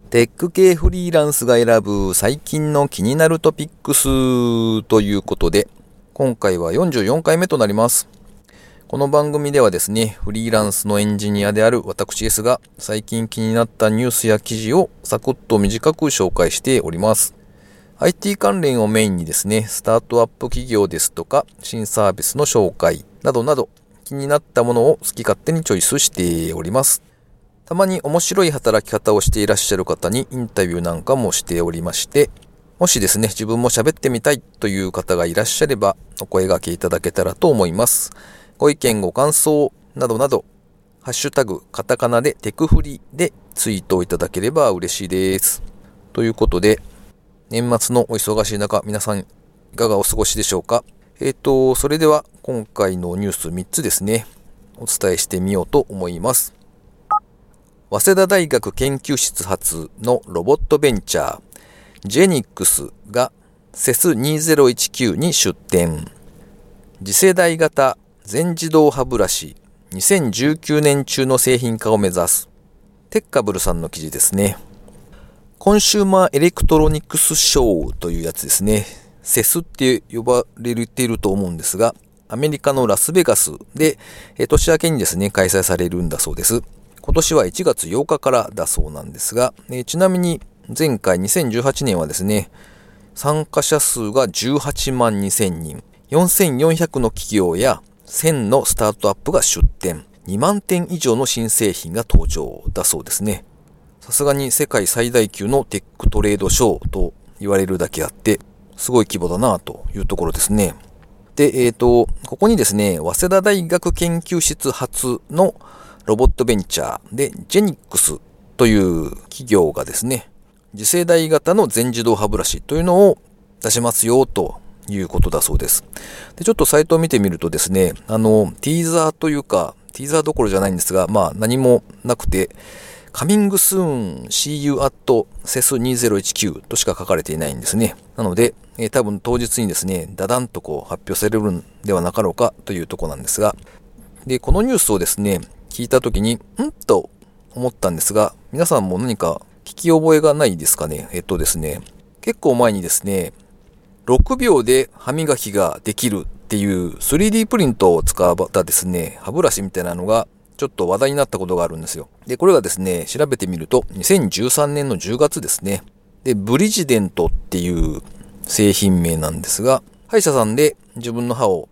テック系フリーランスが選ぶ最近の気になるトピックスということで、今回は44回目となります。この番組ではですね、フリーランスのエンジニアである私ですが、最近気になったニュースや記事をサクッと短く紹介しております。IT 関連をメインにですね、スタートアップ企業ですとか、新サービスの紹介などなど、気になったものを好き勝手にチョイスしております。たまに面白い働き方をしていらっしゃる方にインタビューなんかもしておりまして、もしですね、自分も喋ってみたいという方がいらっしゃれば、お声掛けいただけたらと思います。ご意見ご感想などなど、ハッシュタグカタカナでテクフリでツイートをいただければ嬉しいです。ということで、年末のお忙しい中、皆さんいかがお過ごしでしょうか。それでは今回のニュース3つですね、お伝えしてみようと思います。早稲田大学研究室発のロボットベンチャー、ジェニックスが CES2019 に出展。次世代型全自動歯ブラシ、2019年中の製品化を目指す。テッカブルさんの記事ですね。コンシューマーエレクトロニクスショーというやつですね。CES って呼ばれていると思うんですが、アメリカのラスベガスで年明けにですね、開催されるんだそうです。今年は1月8日からだそうなんですが、ちなみに前回2018年はですね、参加者数が18万2000人、4400の企業や1000のスタートアップが出展、2万点以上の新製品が登場だそうですね。さすがに世界最大級のテックトレードショーと言われるだけあって、すごい規模だなというところですね。で、ここにですね、早稲田大学研究室発のロボットベンチャーでジェニックスという企業がですね、次世代型の全自動歯ブラシというのを出しますよということだそうです。で、ちょっとサイトを見てみるとですね、ティーザーというか、ティーザーどころじゃないんですが、何もなくて、Coming soon, see you at CES2019 としか書かれていないんですね。なので、多分当日にですね、ダダンと発表されるんではなかろうかというところなんですが、で、このニュースをですね、聞いたときに、と思ったんですが、皆さんも何か聞き覚えがないですかね。ですね、結構前にですね、6秒で歯磨きができるっていう 3D プリントを使ったですね、歯ブラシみたいなのがちょっと話題になったことがあるんですよ。で、これがですね、調べてみると、2013年の10月ですね。で、ブリジデントっていう製品名なんですが、歯医者さんで自分の歯を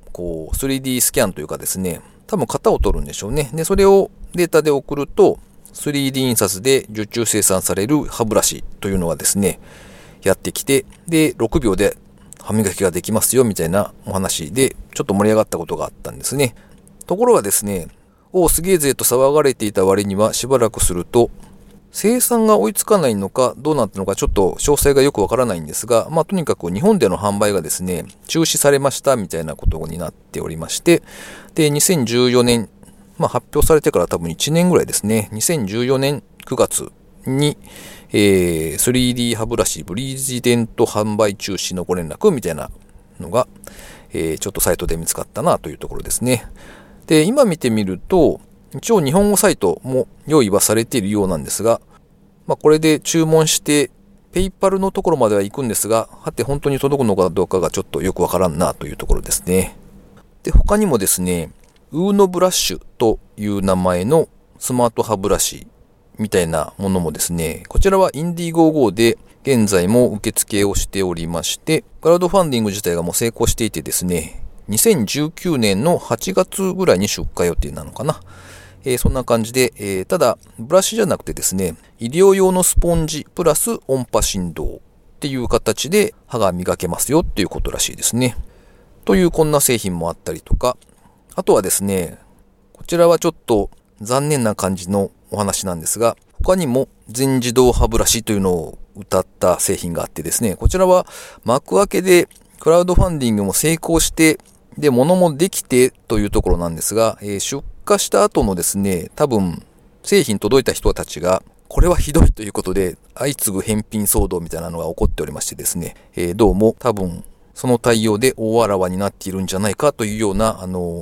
3D スキャンというかですね、多分型を取るんでしょうね。で、それをデータで送ると、3D 印刷で受注生産される歯ブラシというのがですね、やってきて、で、6秒で歯磨きができますよみたいなお話で、ちょっと盛り上がったことがあったんですね。ところがですね、すげえぜと騒がれていた割にはしばらくすると、生産が追いつかないのかどうなったのかちょっと詳細がよくわからないんですが、とにかく日本での販売がですね、中止されましたみたいなことになっておりまして、で、2014年、発表されてから多分1年ぐらいですね、2014年9月に、3D 歯ブラシブリジデント販売中止のご連絡みたいなのが、ちょっとサイトで見つかったなというところですね。で、今見てみると、一応日本語サイトも用意はされているようなんですが、これで注文して、ペイパルのところまでは行くんですが、はて本当に届くのかどうかがちょっとよくわからんなというところですね。で、他にもですね、ウーノブラッシュという名前のスマート歯ブラシみたいなものもですね、こちらはインディゴーゴーで現在も受付をしておりまして、クラウドファンディング自体がもう成功していてですね、2019年の8月ぐらいに出荷予定なのかな。そんな感じで、ただ、ブラシじゃなくてですね、医療用のスポンジプラス音波振動っていう形で歯が磨けますよっていうことらしいですね。というこんな製品もあったりとか、あとはですね、こちらはちょっと残念な感じのお話なんですが、他にも全自動歯ブラシというのを謳った製品があってですね、こちらは幕開けでクラウドファンディングも成功して、で、物もできてというところなんですが、出荷した後のですね、多分、製品届いた人たちが、これはひどいということで、相次ぐ返品騒動みたいなのが起こっておりましてですね、どうも多分、その対応で大あらわになっているんじゃないかというような、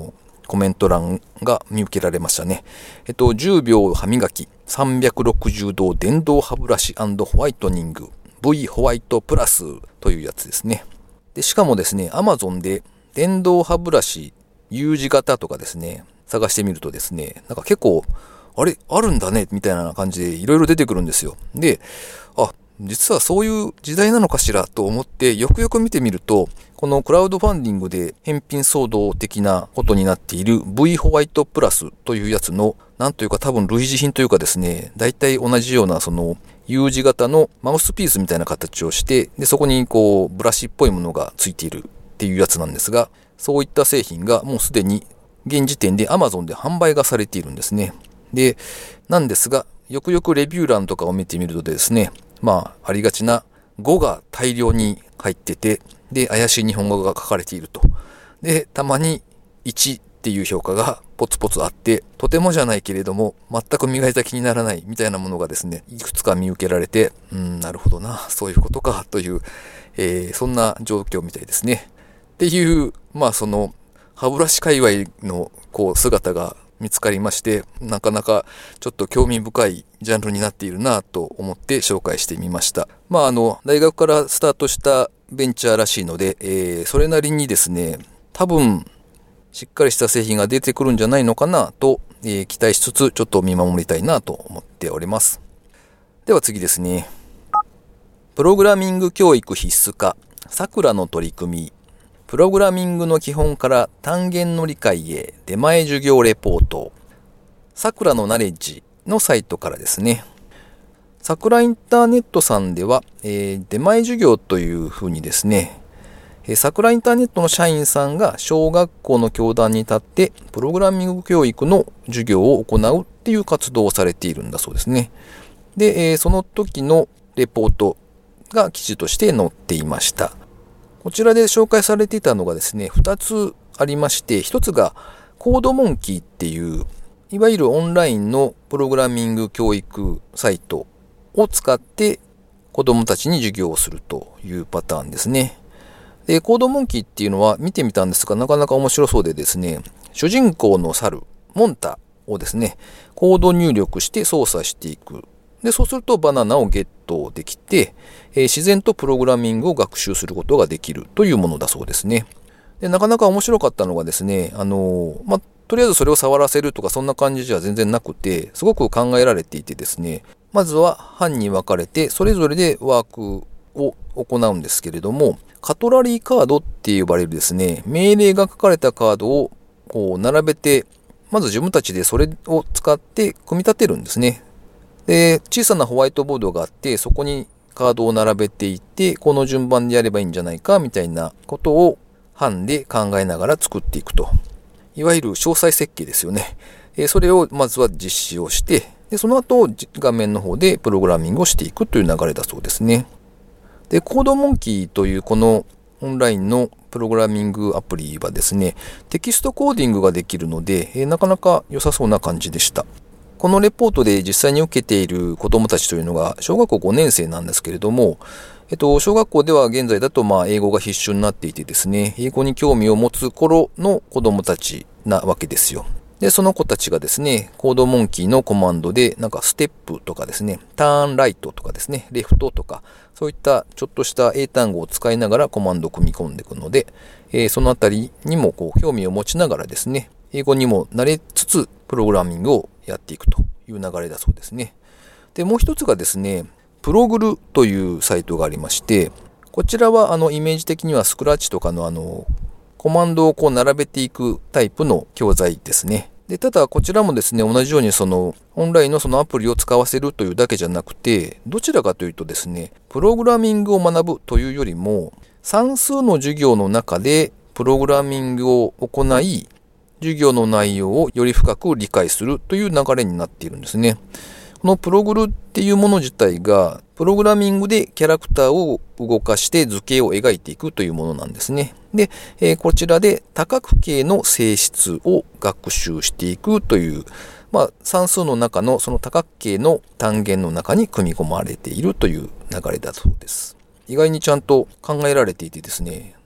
コメント欄が見受けられましたね。10秒歯磨き、360度電動歯ブラシ&ホワイトニング、V ホワイトプラスというやつですね。で、しかもですね、Amazon で電動歯ブラシ U 字型とかですね、探してみるとですね、なんか結構、あるんだね、みたいな感じでいろいろ出てくるんですよ。で、実はそういう時代なのかしらと思ってよくよく見てみると、このクラウドファンディングで返品騒動的なことになっている V ホワイトプラスというやつの、なんというか多分類似品というかですね、大体同じようなその U 字型のマウスピースみたいな形をして、で、そこにこうブラシっぽいものがついているっていうやつなんですが、そういった製品がもうすでに現時点で Amazon で販売がされているんですね。で、なんですが、よくよくレビュー欄とかを見てみるとですね、ありがちな5が大量に入ってて、で、怪しい日本語が書かれていると。で、たまに1っていう評価がポツポツあって、とてもじゃないけれども、全く磨いた気にならないみたいなものがですね、いくつか見受けられて、なるほどな、そういうことか、という、そんな状況みたいですね。っていう、その、歯ブラシ界隈の姿が見つかりまして、なかなかちょっと興味深いジャンルになっているなと思って紹介してみました。大学からスタートしたベンチャーらしいので、それなりにですね、多分しっかりした製品が出てくるんじゃないのかなと、期待しつつちょっと見守りたいなと思っております。では次ですね。プログラミング教育必須化、さくらの取り組み。プログラミングの基本から単元の理解へ出前授業レポート。さくらのナレッジのサイトからですね。さくらインターネットさんでは、出前授業というふうにですね、さくらインターネットの社員さんが小学校の教壇に立ってプログラミング教育の授業を行うっていう活動をされているんだそうですね。で、その時のレポートが記事として載っていました。こちらで紹介されていたのがですね、2つありまして、1つがコードモンキーっていう、いわゆるオンラインのプログラミング教育サイトを使って子供たちに授業をするというパターンですね。で、コードモンキーっていうのは見てみたんですが、なかなか面白そうでですね、主人公の猿、モンタをですね、コード入力して操作していく。で、そうするとバナナをゲットできて、自然とプログラミングを学習することができるというものだそうですね。で、なかなか面白かったのがですね、とりあえずそれを触らせるとかそんな感じじゃ全然なくて、すごく考えられていてですね、まずは班に分かれて、それぞれでワークを行うんですけれども、カトラリーカードって呼ばれるですね、命令が書かれたカードを並べて、まず自分たちでそれを使って組み立てるんですね。で、小さなホワイトボードがあって、そこにカードを並べていって、この順番でやればいいんじゃないか、みたいなことを班で考えながら作っていくと。いわゆる詳細設計ですよね。それをまずは実施をして、でその後画面の方でプログラミングをしていくという流れだそうですね。で、コードモンキーというこのオンラインのプログラミングアプリはですね、テキストコーディングができるので、なかなか良さそうな感じでした。このレポートで実際に受けている子どもたちというのが小学校5年生なんですけれども、小学校では現在だと英語が必修になっていてですね、英語に興味を持つ頃の子どもたちなわけですよ。で、その子たちがですね、コードモンキーのコマンドでなんかステップとかですね、ターンライトとかですね、レフトとか、そういったちょっとした英単語を使いながらコマンドを組み込んでいくので、そのあたりにも興味を持ちながらですね、英語にも慣れつつプログラミングをやっていくという流れだそうですね。で、もう一つがですね、プログルというサイトがありまして、こちらはイメージ的にはスクラッチとかのコマンドを並べていくタイプの教材ですね。で、ただこちらもですね、同じようにオンラインのそのアプリを使わせるというだけじゃなくて、どちらかというとですね、プログラミングを学ぶというよりも、算数の授業の中でプログラミングを行い、授業の内容をより深く理解するという流れになっているんですね。このプログルっていうもの自体が、プログラミングでキャラクターを動かして図形を描いていくというものなんですね。で、こちらで多角形の性質を学習していくという、算数の中のその多角形の単元の中に組み込まれているという流れだそうです。意外にちゃんと考えられていてですね、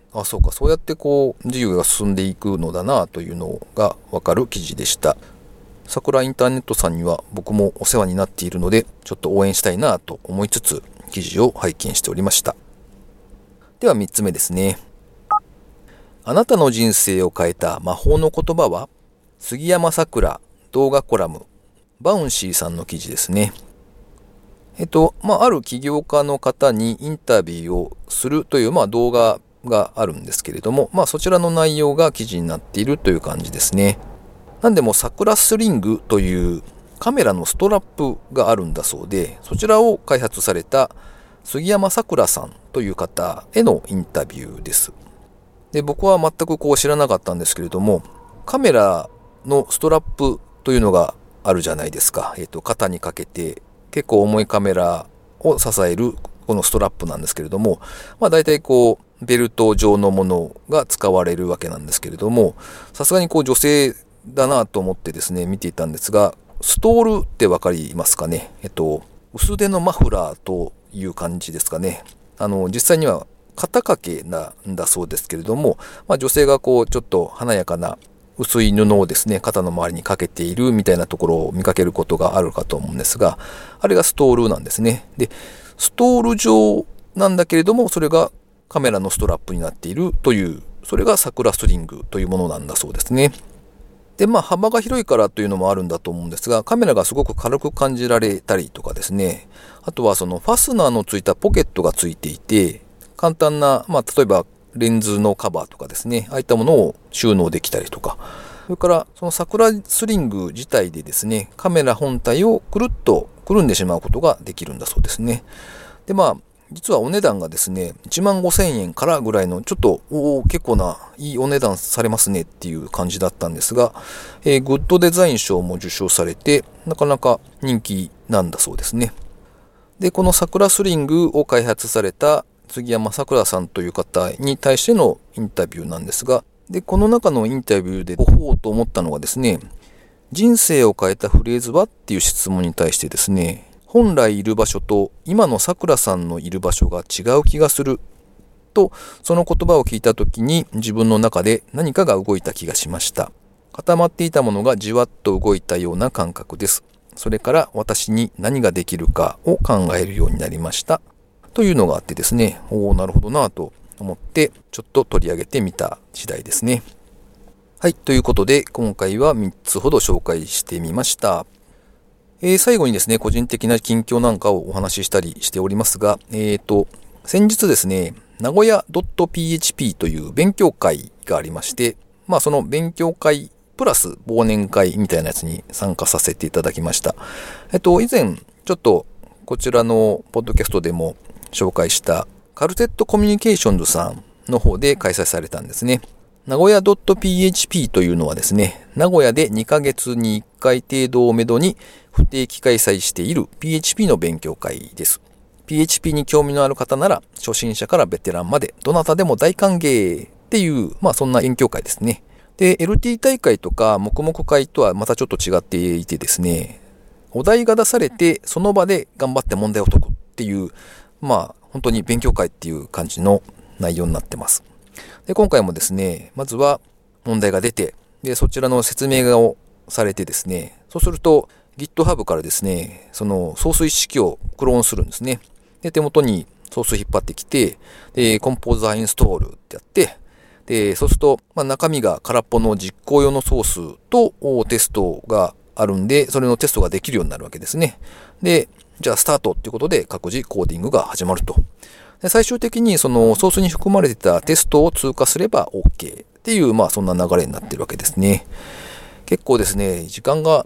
あ、そうか、そうやって事業が進んでいくのだなというのがわかる記事でした。桜インターネットさんには僕もお世話になっているので、ちょっと応援したいなと思いつつ、記事を拝見しておりました。では3つ目ですね。あなたの人生を変えた魔法の言葉は？杉山さくら動画コラム、バウンシーさんの記事ですね。ある起業家の方にインタビューをするという、動画があるんですけれども、そちらの内容が記事になっているという感じですね。なんでも桜スリングというカメラのストラップがあるんだそうで、そちらを開発された杉山さくらさんという方へのインタビューです。で、僕は全く知らなかったんですけれども、カメラのストラップというのがあるじゃないですか。肩にかけて結構重いカメラを支えるこのストラップなんですけれども、大体ベルト状のものが使われるわけなんですけれども、さすがに女性だなと思ってですね、見ていたんですが、ストールってわかりますかね。薄手のマフラーという感じですかね。実際には肩掛けなんだそうですけれども、女性がちょっと華やかな薄い布をですね、肩の周りにかけているみたいなところを見かけることがあるかと思うんですが、あれがストールなんですね。で、ストール状なんだけれども、それがカメラのストラップになっているという、それが桜ストリングというものなんだそうですね。で、幅が広いからというのもあるんだと思うんですが、カメラがすごく軽く感じられたりとかですね、あとはそのファスナーのついたポケットがついていて、簡単な、例えばレンズのカバーとかですね、ああいったものを収納できたりとか、それからその桜スリング自体でですね、カメラ本体をくるっとくるんでしまうことができるんだそうですね。で、実はお値段がですね、15,000円からぐらいの、ちょっと、結構ないいお値段されますねっていう感じだったんですが、グッドデザイン賞も受賞されて、なかなか人気なんだそうですね。で、この桜スリングを開発された杉山さくらさんという方に対してのインタビューなんですが、で、この中のインタビューで、と思ったのがですね、人生を変えたフレーズはっていう質問に対してですね、本来いる場所と今のさくらさんのいる場所が違う気がすると、その言葉を聞いたときに自分の中で何かが動いた気がしました。固まっていたものがじわっと動いたような感覚です。それから私に何ができるかを考えるようになりました。というのがあってですね、なるほどなと思ってちょっと取り上げてみた次第ですね。はい、ということで今回は3つほど紹介してみました。最後にですね、個人的な近況なんかをお話ししたりしておりますが、先日ですね、名古屋 .php という勉強会がありまして、その勉強会プラス忘年会みたいなやつに参加させていただきました。以前、ちょっとこちらのポッドキャストでも紹介したカルテットコミュニケーションズさんの方で開催されたんですね。名古屋 .php というのはですね、名古屋で2ヶ月に1回程度をめどに不定期開催している PHP の勉強会です。PHP に興味のある方なら、初心者からベテランまでどなたでも大歓迎っていう、そんな勉強会ですね。で、LT 大会とか黙々会とはまたちょっと違っていてですね、お題が出されてその場で頑張って問題を解くっていう、本当に勉強会っていう感じの内容になってます。で、今回もですね、まずは問題が出て、で、そちらの説明をされてですね、そうすると GitHub からですね、そのソース一式をクローンするんですね。で、手元にソース引っ張ってきて、で、コンポーザーインストールってやって、で、そうすると、中身が空っぽの実行用のソースとテストがあるんで、それのテストができるようになるわけですね。で、じゃあスタートっていうことで各自コーディングが始まると。で、最終的にそのソースに含まれていたテストを通過すれば OK っていう、そんな流れになってるわけですね。結構ですね、時間が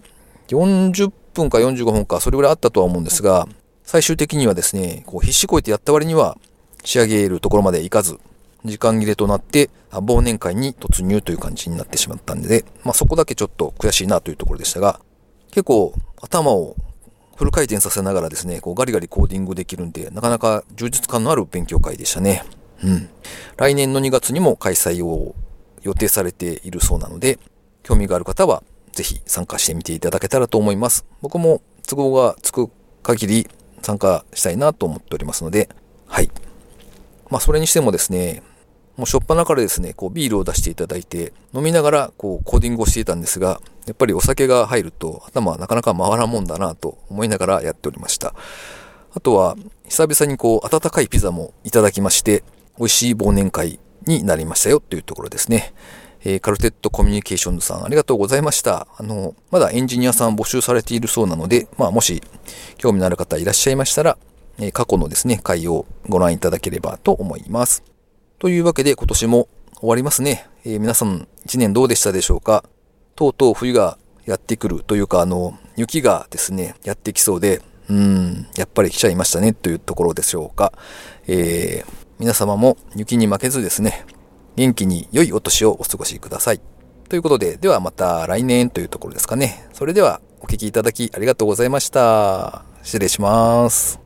40分か45分かそれぐらいあったとは思うんですが、最終的にはですね、必死こいてやった割には仕上げるところまでいかず、時間切れとなって忘年会に突入という感じになってしまったんで、そこだけちょっと悔しいなというところでしたが、結構頭をフル回転させながらですね、ガリガリコーディングできるんで、なかなか充実感のある勉強会でしたね。来年の2月にも開催を予定されているそうなので、興味がある方はぜひ参加してみていただけたらと思います。僕も都合がつく限り参加したいなと思っておりますので、はい。それにしてもですね、 もう初っ端からですね、ビールを出していただいて、飲みながらコーディングをしていたんですが、やっぱりお酒が入ると頭はなかなか回らんもんだなと思いながらやっておりました。あとは、久々に温かいピザもいただきまして、美味しい忘年会になりましたよというところですね。カルテットコミュニケーションズさんありがとうございました。まだエンジニアさん募集されているそうなので、もし興味のある方いらっしゃいましたら、過去のですね、回をご覧いただければと思います。というわけで今年も終わりますね。皆さん一年どうでしたでしょうか。とうとう冬がやってくるというか、雪がですね、やってきそうで、やっぱり来ちゃいましたねというところでしょうか。皆様も雪に負けずですね、元気に良いお年をお過ごしください。ということで、ではまた来年というところですかね。それではお聞きいただきありがとうございました。失礼します。